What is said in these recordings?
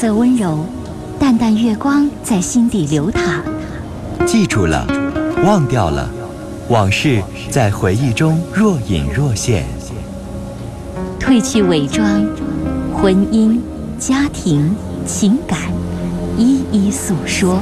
色温柔，淡淡月光在心底流淌。 记住了，忘掉了，往事在回忆中若隐若现。 褪去伪装，婚姻、家庭、情感，一一诉说。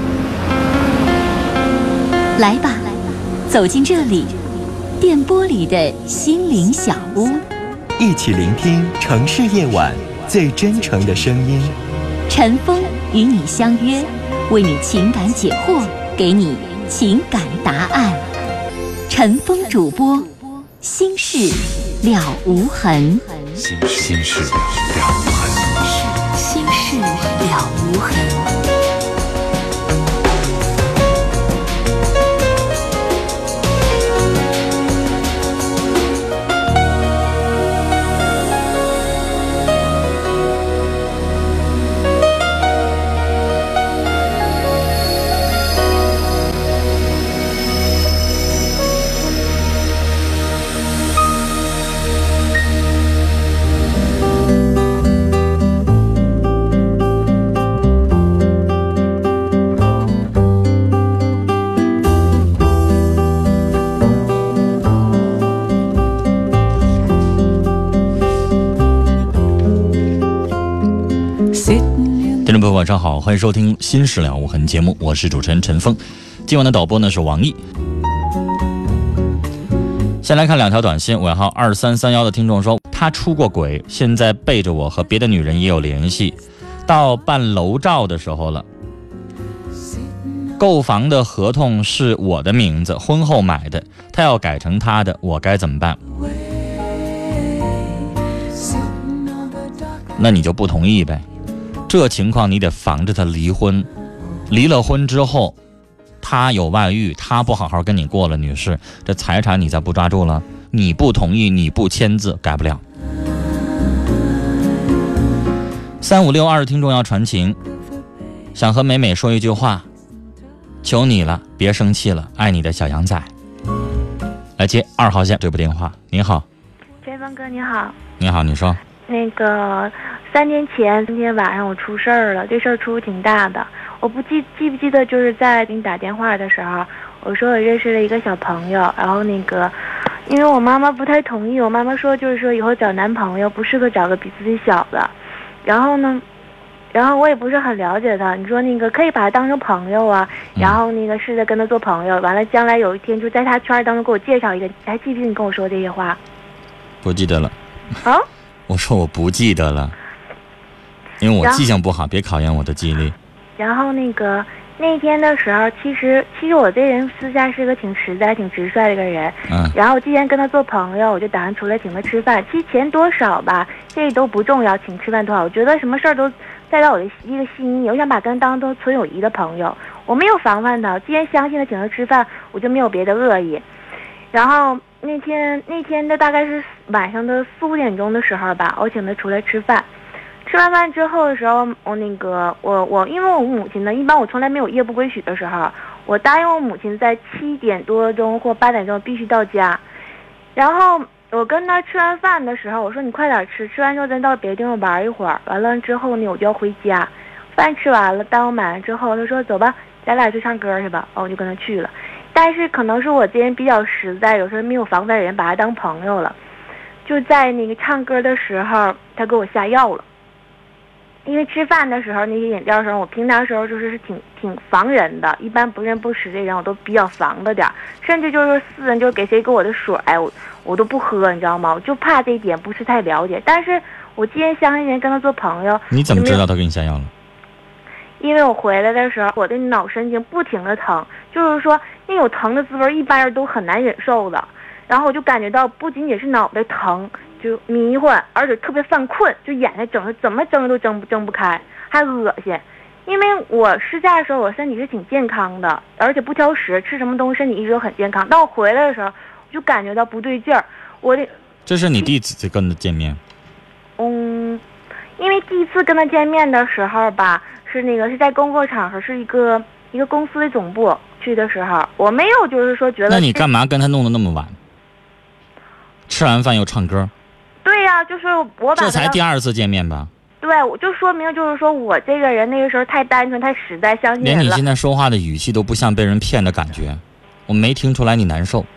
来吧，走进这里，电波里的心灵小屋， 一起聆听城市夜晚最真诚的声音。 陈峰与你相约，为你情感解惑，给你情感答案。陈峰主播，心事了无痕。 心事了无痕。 心事了无痕。 听众朋友晚上好，欢迎收听心事了无痕节目，我是主持人陈峰。今晚的导播呢是王毅。先来看两条短信，尾号2331的听众说，他出过轨，现在背着我和别的女人也有联系，到办楼照的时候了，购房的合同是我的名字，婚后买的，他要改成他的，我该怎么办？那你就不同意呗，这情况你得防着他离婚，离了婚之后他有外遇，他不好好跟你过了，女士，这财产你再不抓住了，你不同意，你不签字，改不了。3562听众要传情，想和美美说一句话，求你了，别生气了，爱你的小羊仔。来接2号线这部电话。你好。 陈峰哥你好。 你好，你说。 那个3年前今天晚上我出事儿了，这事儿出挺大的。我不记不记得，就是在给你打电话的时候，我说我认识了一个小朋友，然后那个因为我妈妈不太同意，我妈妈说就是说以后找男朋友不适合找个比自己小的。然后我也不是很了解他，你说那个可以把他当成朋友啊，然后那个试着跟他做朋友，完了将来有一天就在他圈当中给我介绍一个，还记不记得你跟我说这些话？ 不记得了。 啊？ 我说我不记得了，因为我记性不好，别考验我的记忆力。 然后那天的时候，其实我这人私下是个挺实在挺直率的一个人。然后既然跟他做朋友，我就打算出来请他吃饭，其实钱多少吧这都不重要，请吃饭多少，我觉得什么事儿都带到我的一个心意，我想把跟他当做纯友谊的朋友，我没有防范他，既然相信他请他吃饭，我就没有别的恶意。然后那天的大概是晚上的4、5点钟的时候吧，我请他出来吃饭。吃完饭之后的时候，我因为我母亲呢，一般我从来没有夜不归宿的时候，我答应我母亲在7点多钟或8点钟必须到家。然后我跟他吃完饭的时候，我说你快点吃，吃完之后咱到别的地方玩一会儿。完了之后呢，我就要回家。饭吃完了，单我买完之后，他说走吧，咱俩去唱歌去吧。我就跟他去了。但是可能是我这人比较实在，有时候没有防范人，把他当朋友了。就在那个唱歌的时候，他给我下药了。因为吃饭的时候那些饮料的时候，我平常时候就是挺防人的，一般不认不识的人我都比较防着点，甚至就是私人就给谁给我的水，我都不喝，你知道吗？我就怕这一点不是太了解。但是我既然相信人，跟他做朋友。 你怎么知道他给你下药了？ 因为我回来的时候，我的脑神经不停的疼，就是说那种疼的滋味一般人都很难忍受的。然后我就感觉到不仅仅是脑袋疼，就迷幻，而且特别犯困，就眼睛怎么睁都睁不开，还恶心。因为我试驾的时候我身体是挺健康的，而且不挑食，吃什么东西身体一直都很健康。当我回来的时候，我就感觉到不对劲儿。 这是你第一次跟他见面？ 因为第一次跟他见面的时候吧，是在工作场合，是一个公司的总部去的时候，我没有就是说觉得。 那你干嘛跟他弄得那么晚？吃完饭又唱歌？ 对呀，就是我把。 这才第2次见面吧？ 对，我就说明就是说我这个人那个时候太单纯太实在，相信人了。 连你现在说话的语气都不像被人骗的感觉，我没听出来你难受。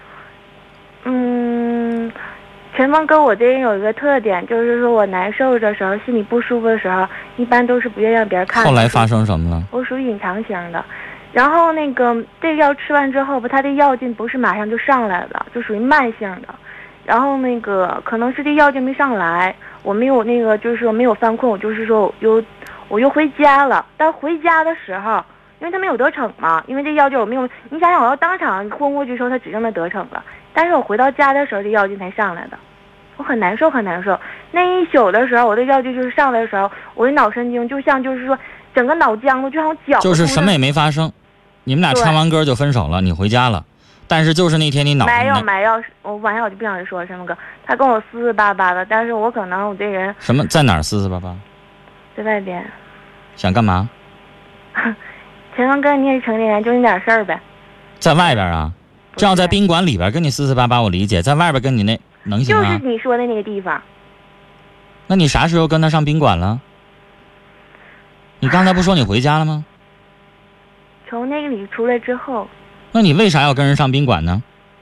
陈峰哥，我这人有一个特点，就是说我难受的时候，心里不舒服的时候，一般都是不愿意让别人看。 后来发生什么了？ 我属于隐藏型的，然后这个药吃完之后吧，它的药劲不是马上就上来了，就属于慢性的。然后可能是这药劲没上来，我没有就是说没有犯困，我就是说我又回家了。但回家的时候，因为他没有得逞嘛，因为这药劲我没有，你想想我要当场昏过去的时候，他指定的得逞了。但是我回到家的时候，这药劲才上来的，我很难受很难受。那一宿的时候，我的药劲就是上来的时候，我的脑神经就像就是说整个脑浆子就像绞。 就是什么也没发生，你们俩唱完歌就分手了，你回家了。但是就是那天你脑没有，我晚上我就不想说什么哥，他跟我撕撕巴巴的，但是我可能我这人什么在哪儿撕撕巴巴？ 在外边。 想干嘛？ 陈峰哥，你也是成年人，就那点事儿呗。 在外边啊？这要在宾馆里边跟你撕撕巴巴，我理解；在外边跟你那能行吗？ 就是你说的那个地方。 那你啥时候跟他上宾馆了？你刚才不说你回家了吗？ 从那个里出来之后。 那你为啥要跟人上宾馆呢？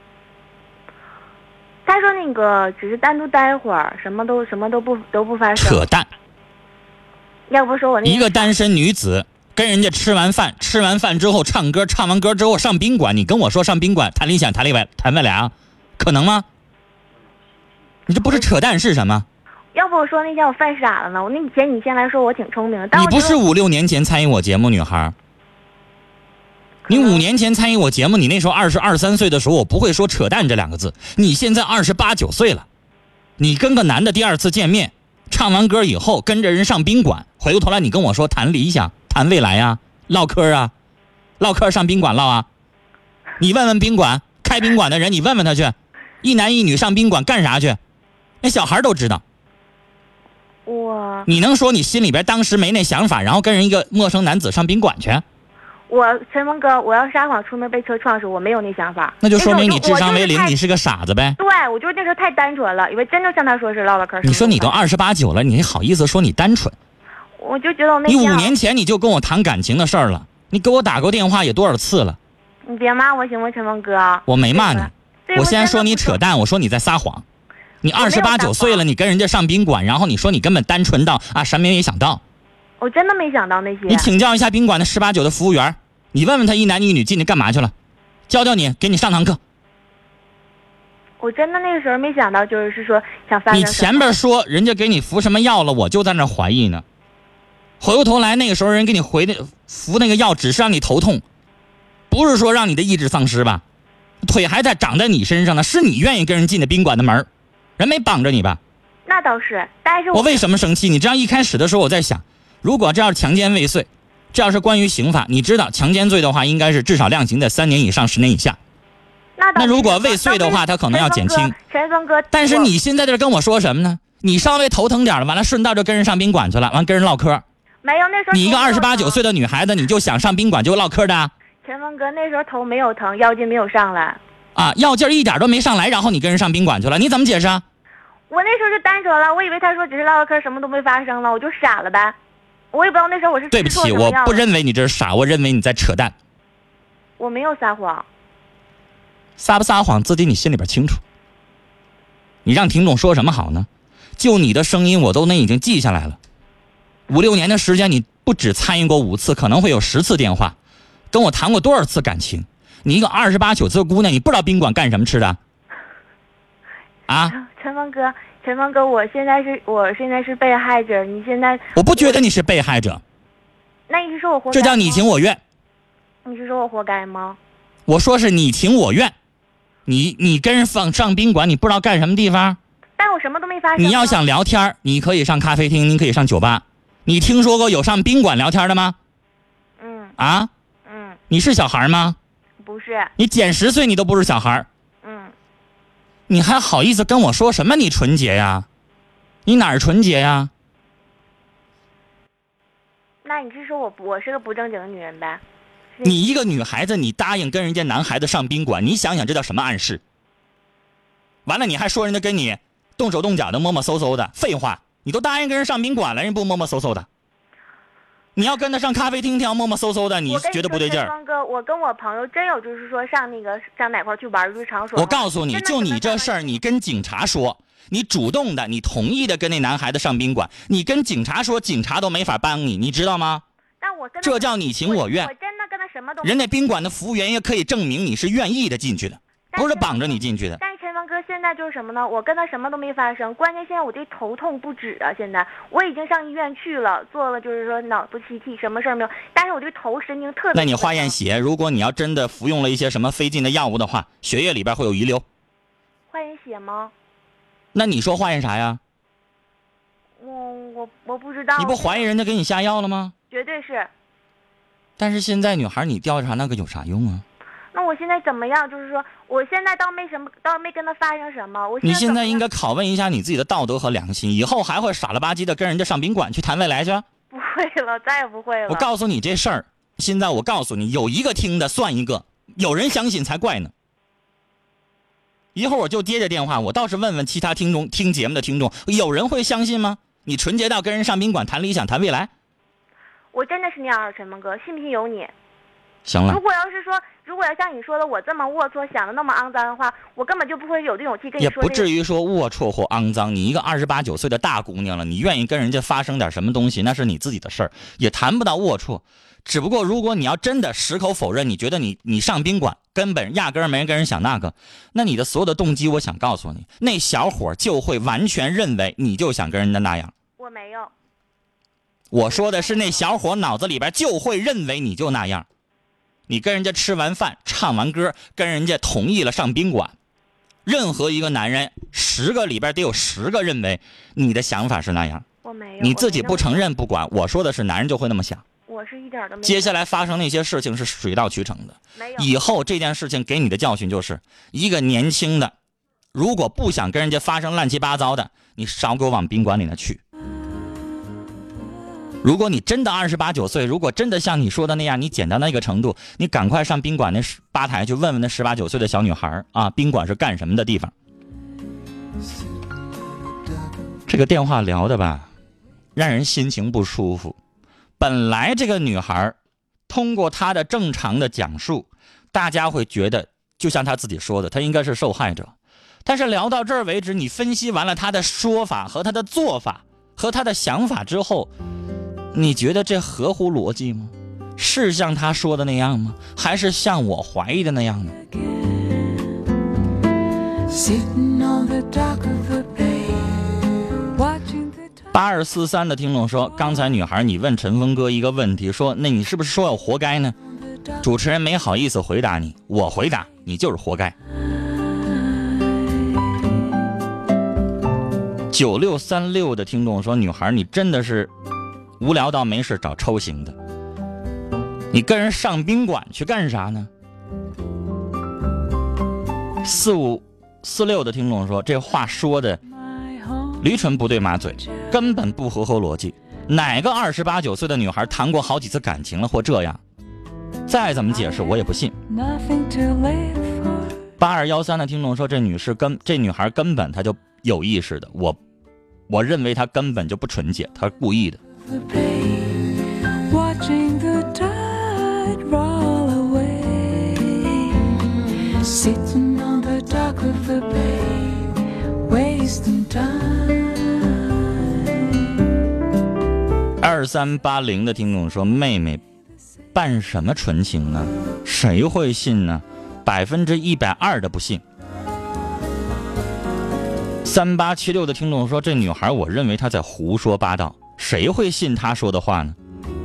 他说只是单独待会儿，什么都不发生。 扯淡！ 要不说我一个单身女子跟人家吃完饭之后唱歌，唱完歌之后上宾馆，你跟我说上宾馆谈理想谈未来啊？可能吗？你这不是扯淡是什么？ 要不我说那天我犯傻了呢？我以前你先来说我挺聪明的，但你不是5、6年前参与我节目女孩？你5年前参与我节目，你那时候22、23岁的时候，我不会说扯淡这2个字。你现在28、9岁了，你跟个男的第2次见面，唱完歌以后跟着人上宾馆，回过头来你跟我说谈理想、谈未来啊，唠嗑啊，唠嗑上宾馆唠啊。你问问宾馆开宾馆的人，你问问他去，一男一女上宾馆干啥去？那小孩都知道。你能说你心里边当时没那想法，然后跟人一个陌生男子上宾馆去？ 陈峰哥，我要撒谎出门被车撞时，我没有那想法。 那就说明你智商为0，你是个傻子呗。 对，我就是那时候太单纯了，以为真就像他说是唠唠嗑。 你说你都28、9了，你好意思说你单纯？ 我就觉得我那你5年前你就跟我谈感情的事儿了，你给我打过电话也多少次了？ 你别骂我行吗，陈峰哥？ 我没骂你，我先说你扯淡，我说你在撒谎。你28、9岁了，你跟人家上宾馆，然后你说你根本单纯到什么也没想到。 我真的没想到那些。 你请教一下宾馆的18、9的服务员，你问问他一男一女进去干嘛去了，教教你，给你上堂课。 我真的那个时候没想到，就是说想发生。 你前边说人家给你服什么药了，我就在那怀疑呢。回过头来那个时候人给你服那个药，只是让你头痛，不是说让你的意志丧失吧？腿还在长在你身上呢，是你愿意跟人进的宾馆的门，人没绑着你吧？ 那倒是，但是我为什么生气？你知道一开始的时候我在想，如果这要是强奸未遂，这要是关于刑法，你知道强奸罪的话应该是至少量刑在3年以上10年以下。那如果未遂的话，他可能要减轻。 陈峰哥， 但是你现在这跟我说什么呢？你稍微头疼点了，完了顺道就跟人上宾馆去了，完跟人唠嗑。 没有，那时候你一个28、9岁的女孩子，你就想上宾馆就唠嗑的？ 陈峰哥，那时候头没有疼，药劲没有上来。 药劲一点都没上来，然后你跟人上宾馆去了，你怎么解释啊？ 我那时候就单纯了，我以为他说只是唠唠嗑，什么都没发生了，我就傻了呗。我也不知道那时候我是对不起，我不认为你这是傻，我认为你在扯淡。 我没有撒谎。 撒不撒谎自己你心里边清楚。你让听众说什么好呢？就你的声音我都已经记下来了。5、6年的时间，你不止参与过5次，可能会有10次电话，跟我谈过多少次感情？你一个28、9岁的姑娘，你不知道宾馆干什么吃的？ 陈峰哥，我现在是被害者，你现在我不觉得你是被害者。 那你是说我活该吗？ 这叫你情我愿。 你是说我活该吗？ 我说是你情我愿。你跟人上宾馆，你不知道干什么地方？ 但我什么都没发生。 你要想聊天，你可以上咖啡厅，你可以上酒吧。你听说过有上宾馆聊天的吗？你是小孩吗？ 不是。 你减10岁你都不是小孩。你还好意思跟我说什么你纯洁呀？你哪儿纯洁呀？ 那你是说我是个不正经的女人呗？ 你一个女孩子，你答应跟人家男孩子上宾馆，你想想这叫什么暗示？完了你还说人家跟你动手动脚的摸摸搜搜的，废话， 你都答应跟人上宾馆了，人不摸摸搜搜的。你要跟他上咖啡厅，摸摸搜搜的，你觉得不对劲儿。 光哥，我跟我朋友真有就是说上哪块去玩日常所。 我告诉你，就你这事儿，你跟警察说，你主动的，你同意的跟那男孩子上宾馆，你跟警察说，警察都没法帮你，你知道吗？ 但我跟这叫你情我愿。 我真的跟他什么都。 人家宾馆的服务员也可以证明你是愿意的进去的，不是绑着你进去的。 但是陈峰哥现在就是什么呢？我跟他什么都没发生，关键现在我这头痛不止啊！现在我已经上医院去了，做了就是说脑部 CT， 什么事儿没有，但是我这头神经特别。 那你化验血，如果你要真的服用了一些什么非禁的药物的话，血液里边会有遗留。 化验血吗？ 那你说化验啥呀？ 我不知道。 你不怀疑人家给你下药了吗？ 绝对是。 但是现在女孩，你调查那个有啥用啊？ 那我现在怎么样？就是说，我现在倒没跟他发生什么。 你现在应该拷问一下你自己的道德和良心，以后还会傻了吧唧的跟人家上宾馆去谈未来去？ 不会了，再也不会了。 我告诉你这事儿，现在我告诉你，有一个听的算一个，有人相信才怪呢。一会儿我就接着电话，我倒是问问其他听节目的听众，有人会相信吗？你纯洁到跟人上宾馆谈理想谈未来？ 我真的是那样的，陈梦哥，信不信由你。 行了。 如果要像你说的我这么龌龊，想的那么肮脏的话，我根本就不会有这勇气跟你说。 也不至于说龌龊或肮脏，你一个28、29岁的大姑娘了，你愿意跟人家发生点什么东西，那是你自己的事儿，也谈不到龌龊。只不过如果你要真的矢口否认，你觉得你上宾馆根本压根儿没人跟人想那个，那你的所有的动机，我想告诉你，那小伙就会完全认为你就想跟人家那样。 我没有。 我说的是那小伙脑子里边就会认为你就那样。你跟人家吃完饭唱完歌，跟人家同意了上宾馆，任何一个男人10个里边得有10个认为你的想法是那样。 我没有。 你自己不承认不管，我说的是男人就会那么想。 我是一点都没有。 接下来发生那些事情是水到渠成的。 没有。 以后这件事情给你的教训就是，一个年轻的如果不想跟人家发生乱七八糟的，你少给我往宾馆里那去。如果你真的28、29岁，如果真的像你说的那样，你简单到那个程度，你赶快上宾馆那吧台去问问那18、19岁的小女孩啊，宾馆是干什么的地方。这个电话聊的吧，让人心情不舒服。本来这个女孩通过她的正常的讲述，大家会觉得就像她自己说的，她应该是受害者。但是聊到这儿为止，你分析完了她的说法和她的做法和她的想法之后，你觉得这合乎逻辑吗？是像他说的那样吗？还是像我怀疑的那样呢？8243的听众说，刚才女孩你问陈峰哥一个问题，说那你是不是说我活该呢？主持人没好意思回答你，我回答你就是活该。9636的听众说，女孩你真的是无聊到没事找抽型的，你跟人上宾馆去干啥呢？4546的听众说，这话说的驴唇不对马嘴，根本不合乎逻辑。哪个28、29岁的女孩谈过好几次感情了或这样？再怎么解释我也不信。8213的听众说，这女孩根本她就有意识的，我认为她根本就不纯洁，她是故意的。2380的听众说，妹妹办什么纯情呢？谁会信呢？120%的不信。3876的听众说，这女孩我认为她在胡说八道，谁会信她说的话呢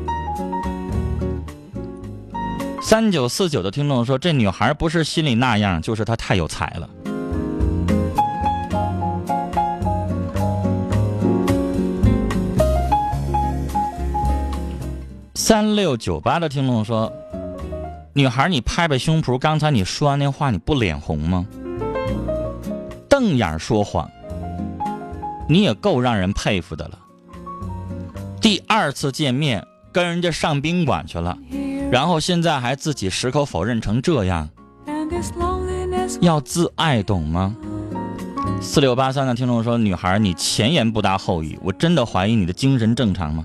？3949的听众说，这女孩不是心里那样，就是她太有才了。3698的听众说，女孩你拍拍胸脯，刚才你说完那话你不脸红吗？瞪眼说谎，你也够让人佩服的了。第2次见面跟人家上宾馆去了，然后现在还自己矢口否认成这样，要自爱懂吗？ 4683的听众说，女孩你前言不搭后语，我真的怀疑你的精神正常吗？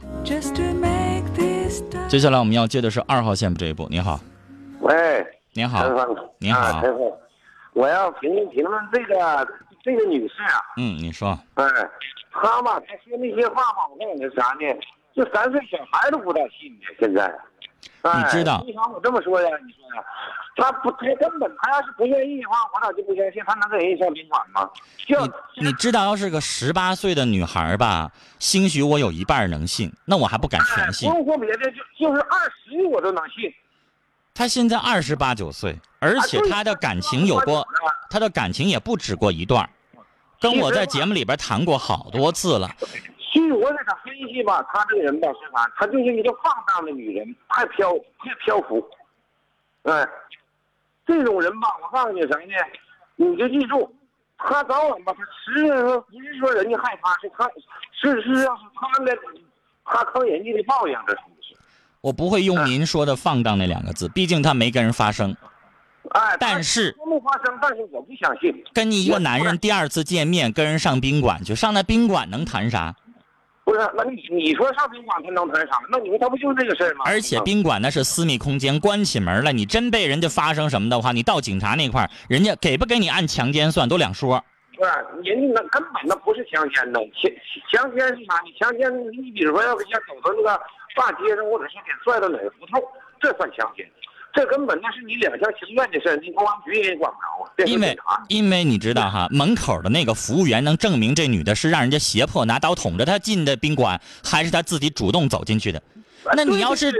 接下来我们要接的是2号线这一步。你好。 喂， 您好。你好。 陈峰，我要评论这个女士啊。 你说。 她吧，她说那些话吧，我告诉你啥呢？就3岁小孩都不带信的。现在， 你知道？ 为啥我这么说呀？你说呀？她根本，她要是不愿意的话，我咋就不相信她能跟人上宾馆吗？ 你知道，要是个18岁的女孩吧，兴许我有一半能信，那我还不敢全信。 不用说别的，就是20我都能信。 她现在28、9岁，而且她的感情有过，她的感情也不止过一段，跟我在节目里边谈过好多次了。 其实我给她分析吧，她这个人吧是啥？她就是一个放荡的女人，太漂浮。这种人吧，我告诉你啥呢？你就记住，她早晚吧，她实际上不是说人家害怕，是她坑人家的报应，这是。 我不会用您说的放荡那2个字，毕竟他没跟人发生。但是没发生，但是我不相信。 跟你一个男人第2次见面，跟人上宾馆去，上那宾馆能谈啥？ 不是，那你说上宾馆他能谈啥？那你说他不就是这个事儿吗？ 而且宾馆那是私密空间，关起门了，你真被人家发生什么的话，你到警察那块儿，人家给不给你按强奸算都两说。 不是，人家根本那不是强奸的，强奸是啥？你强奸，你比如说要走到那个大街上，或者是给拽到哪个胡同，这算强奸。这根本那是你两厢情愿的事儿，你公安局也管不着啊。 因为你知道哈，门口的那个服务员能证明这女的是让人家胁迫拿刀捅着她进的宾馆，还是她自己主动走进去的？那你要是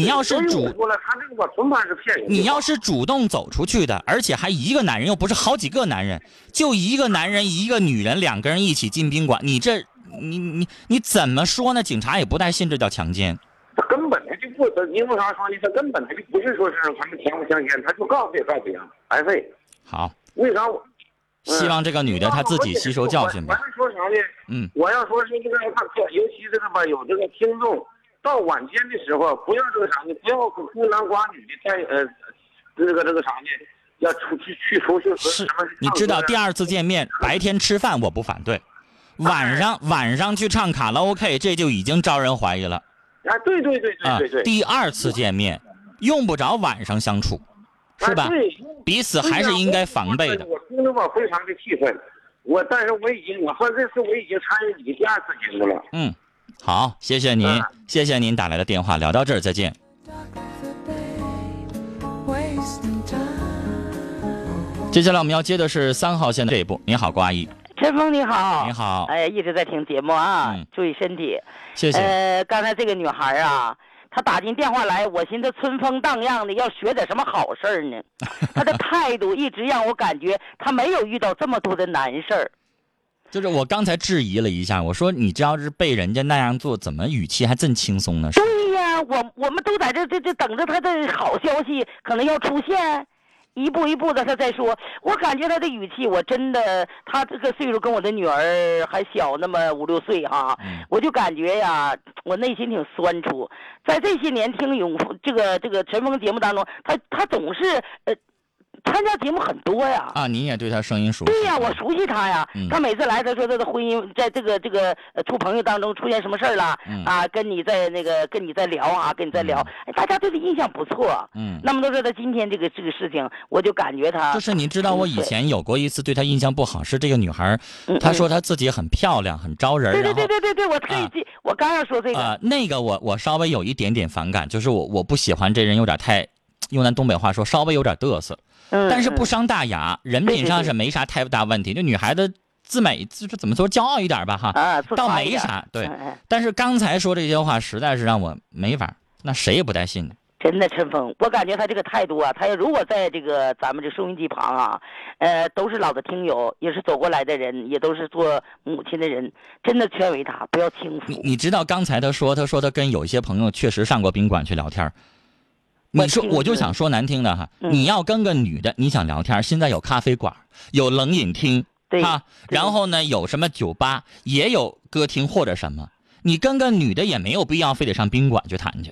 主动走出去的，而且还一个男人，又不是好几个男人，就一个男人一个女人2个人一起进宾馆，你怎么说呢？警察也不带信这叫强奸。 他根本他就不，您为啥说呢？他根本他就不是说是他们强不强奸，他就告诉白费。 好， 为啥我？ 希望这个女的她自己吸收教训吧。 我是说啥呢？我要说是这个，尤其这个吧，有这个听众到晚间的时候，不要这个啥呢？不要孤男寡女的在这个啥呢？要出去是，你知道第2次见面白天吃饭我不反对，晚上去唱卡拉 OK 这就已经招人怀疑了。 对。 第2次见面用不着晚上相处，是吧？彼此还是应该防备的。 我听着吧，非常的气愤。但是我说这次我已经参与你第2次节目了。 好，谢谢您，谢谢您打来的电话，聊到这儿，再见。接下来我们要接的是3号线的这一步。你好，郭阿姨。 陈峰你好。 你好。 哎，一直在听节目啊，注意身体。 谢谢。 刚才这个女孩啊，她打进电话来，我寻思春风荡漾的，要学点什么好事呢？她的态度一直让我感觉她没有遇到这么多的难事儿。 就是我刚才质疑了一下，我说你这要是被人家那样做，怎么语气还真轻松呢？ 对呀，我们都在这等着她的好消息可能要出现。一步一步的他在说，我感觉他的语气，我真的，他这个岁数跟我的女儿还小那么5、6岁哈，我就感觉呀，我内心挺酸楚。在这些年听这个陈峰节目当中，他总是参加节目很多呀。 您也对他声音熟悉。 对呀，我熟悉他呀。他每次来，他说他的婚姻在这个处朋友当中出现什么事儿了？跟你在聊啊，跟你在聊，大家对他印象不错。那么多说他今天这个事情，我就感觉他就是你知道，我以前有过一次对他印象不好，是这个女孩，她说她自己很漂亮，很招人。 对，我特意我刚要说这个。 那个我稍微有一点点反感，就是我不喜欢这人有点太，用咱东北话说，稍微有点嘚瑟。但是不伤大雅，人品上是没啥太大问题。这女孩子自美，就是怎么说，骄傲一点吧哈，倒没啥。对，但是刚才说这些话，实在是让我没法，那谁也不带信的。 真的，陈峰，我感觉他这个态度啊，他如果在这个咱们这收音机旁啊，都是老的听友，也是走过来的人，也都是做母亲的人，真的劝慰他不要轻浮。 你知道刚才他说他跟有一些朋友确实上过宾馆去聊天。你说我就想说难听的哈，你要跟个女的，你想聊天，现在有咖啡馆，有冷饮厅，然后呢有什么酒吧，也有歌厅或者什么，你跟个女的也没有必要非得上宾馆去谈去。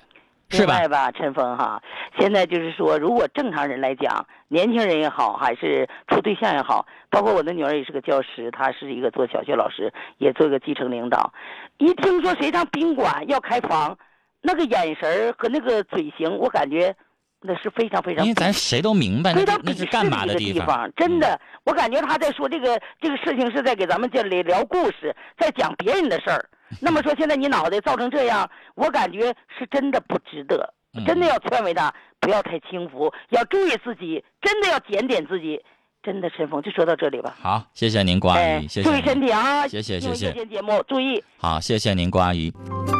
是吧？ 另外吧，陈峰哈，现在就是说，如果正常人来讲，年轻人也好，还是处对象也好，包括我的女儿也是个教师，她是一个做小学老师，也做一个基层领导。一听说谁上宾馆要开房，那个眼神和那个嘴型，我感觉那是非常非常， 因为咱谁都明白那是干嘛的地方。真的，我感觉他在说这个事情是在给咱们这里聊故事，在讲别人的事儿。那么说现在你脑袋造成这样，我感觉是真的不值得，真的要劝慰他不要太轻浮，要注意自己，真的要检点自己。真的，陈峰就说到这里吧。 好，谢谢您，郭阿姨，谢谢。 注意身体啊！ 谢谢。 夜间节目注意。 好，谢谢您，郭阿姨。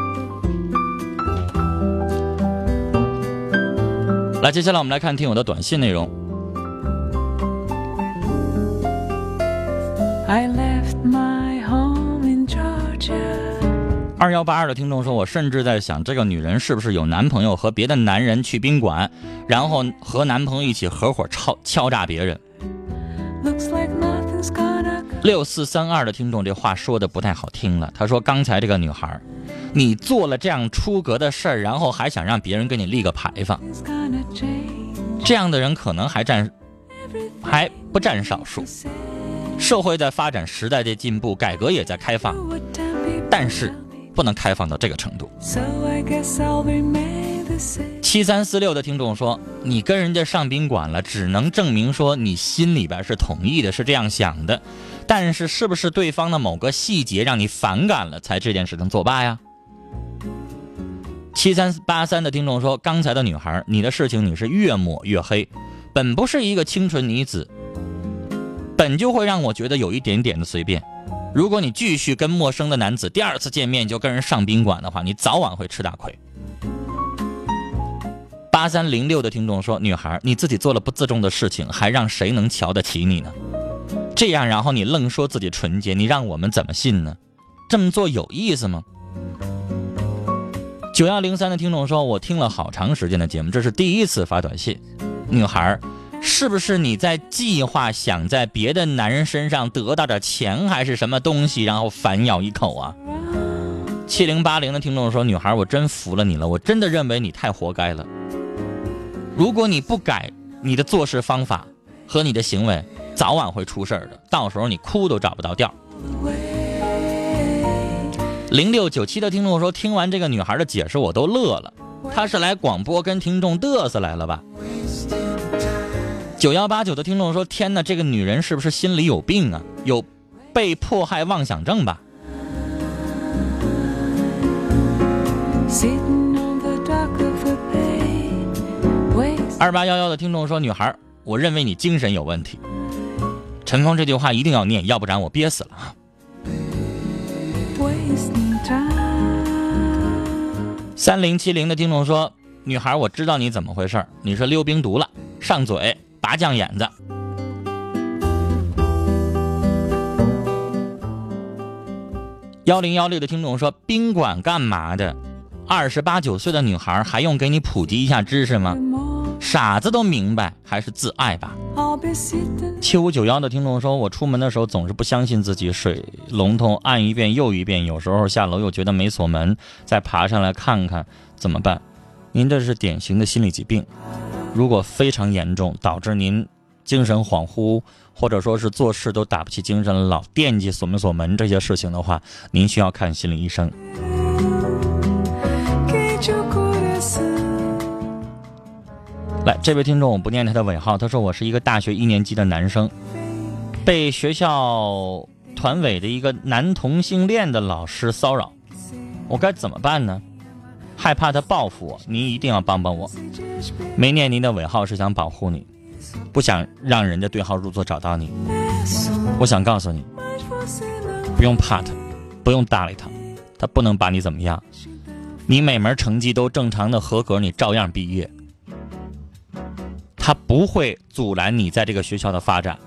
来，接下来我们来看听友的短信内容。2182的听众说，我甚至在想，这个女人是不是有男朋友，和别的男人去宾馆，然后和男朋友一起合伙敲诈别人。6432的听众这话说的不太好听了，他说刚才这个女孩，你做了这样出格的事儿，然后还想让别人给你立个牌坊，这样的人可能还不占少数。社会在发展，时代在进步，改革也在开放，但是不能开放到这个程度。7346的听众说，你跟人家上宾馆了，只能证明说你心里边是同意的，是这样想的，但是是不是对方的某个细节让你反感了，才这件事情作罢呀？7383的听众说，刚才的女孩，你的事情你是越抹越黑，本不是一个清纯女子，本就会让我觉得有一点点的随便。如果你继续跟陌生的男子第二次见面就跟人上宾馆的话，你早晚会吃大亏。8306的听众说，女孩，你自己做了不自重的事情，还让谁能瞧得起你呢？这样然后你愣说自己纯洁，你让我们怎么信呢？这么做有意思吗？9103的听众说，我听了好长时间的节目，这是第一次发短信。女孩，是不是你在计划想在别的男人身上得到点钱还是什么东西，然后反咬一口啊？7080的听众说，女孩，我真服了你了，我真的认为你太活该了。如果你不改你的做事方法和你的行为，早晚会出事的，到时候你哭都找不到调。0697的听众说，听完这个女孩的解释我都乐了，她是来广播跟听众嘚瑟来了吧？9189的听众说，天哪，这个女人是不是心里有病啊？有被迫害妄想症吧？2811的听众说，女孩，我认为你精神有问题。陈峰这句话一定要念，要不然我憋死了。3070的听众说，女孩，我知道你怎么回事，你是溜冰毒了，上嘴拔酱眼子。1016的听众说，宾馆干嘛的？28、9岁的女孩还用给你普及一下知识吗？傻子都明白，还是自爱吧。7591的听众说，我出门的时候总是不相信自己，水龙头按一遍又一遍，有时候下楼又觉得没锁门，再爬上来看看，怎么办？您这是典型的心理疾病，如果非常严重，导致您精神恍惚，或者说是做事都打不起精神，老惦记锁没锁门这些事情的话，您需要看心理医生。来，这位听众我不念他的尾号，他说，我是一个大学1年级的男生，被学校团委的一个男同性恋的老师骚扰，我该怎么办呢？害怕他报复我，您一定要帮帮我。没念您的尾号是想保护你，不想让人家对号入座找到你。我想告诉你，不用怕他，不用搭理他，他不能把你怎么样。你每门成绩都正常的合格，你照样毕业。他不会阻拦你在这个学校的发展，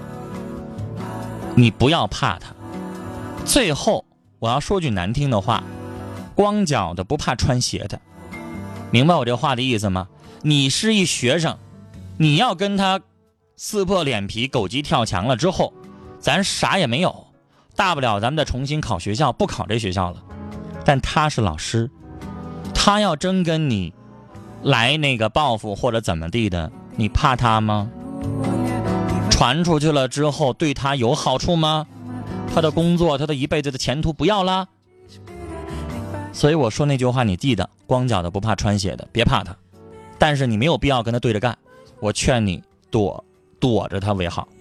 你不要怕他。最后我要说句难听的话，光脚的不怕穿鞋的，明白我这话的意思吗？你是一学生，你要跟他撕破脸皮狗急跳墙了之后，咱啥也没有，大不了咱们再重新考学校，不考这学校了。但他是老师，他要真跟你来那个报复或者怎么地的，你怕他吗？传出去了之后对他有好处吗？他的工作，他的一辈子的前途不要了？所以我说那句话你记得，光脚的不怕穿鞋的，别怕他，但是你没有必要跟他对着干，我劝你躲着他为好。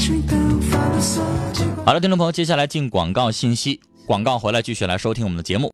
好了，听众朋友，接下来进广告信息，广告回来继续来收听我们的节目。